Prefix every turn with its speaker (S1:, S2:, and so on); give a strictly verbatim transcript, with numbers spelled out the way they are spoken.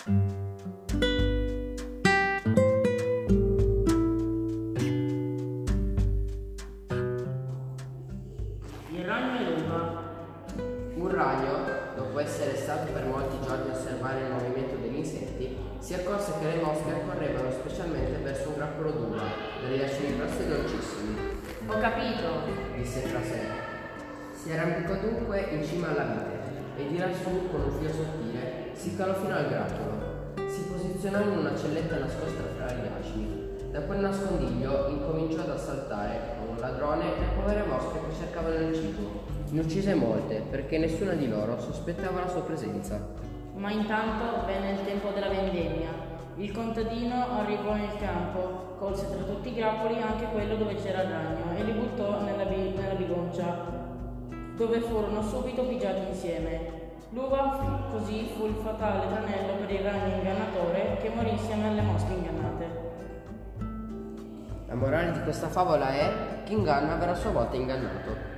S1: Il ragno e l'uva.
S2: Un ragno, dopo essere stato per molti giorni a osservare il movimento degli insetti, si accorse che le mosche correvano specialmente verso un grappolo d'uva, dalle acini grossi e dolcissimi.
S1: Ho capito.
S2: Disse fra sé. Si arrampicò dunque in cima alla vite e di lassù, con un filo sottile, si calò fino al grappolo. Si posizionò in una celletta nascosta fra gli acini. Da quel nascondiglio incominciò ad assaltare con un ladrone le povere mosche che cercavano il cibo. Ne uccise molte perché nessuna di loro sospettava la sua presenza.
S1: Ma intanto venne il tempo della vendemmia. Il contadino arrivò nel campo, colse tra tutti i grappoli anche quello dove c'era il ragno e li buttò nella, bi- nella bigoncia, dove furono subito pigiati insieme. L'uva fu- così fu il fatale tranello per il ragno ingannatore che morì insieme alle mosche ingannate.
S2: La morale di questa favola è: chi inganna verrà a sua volta ingannato.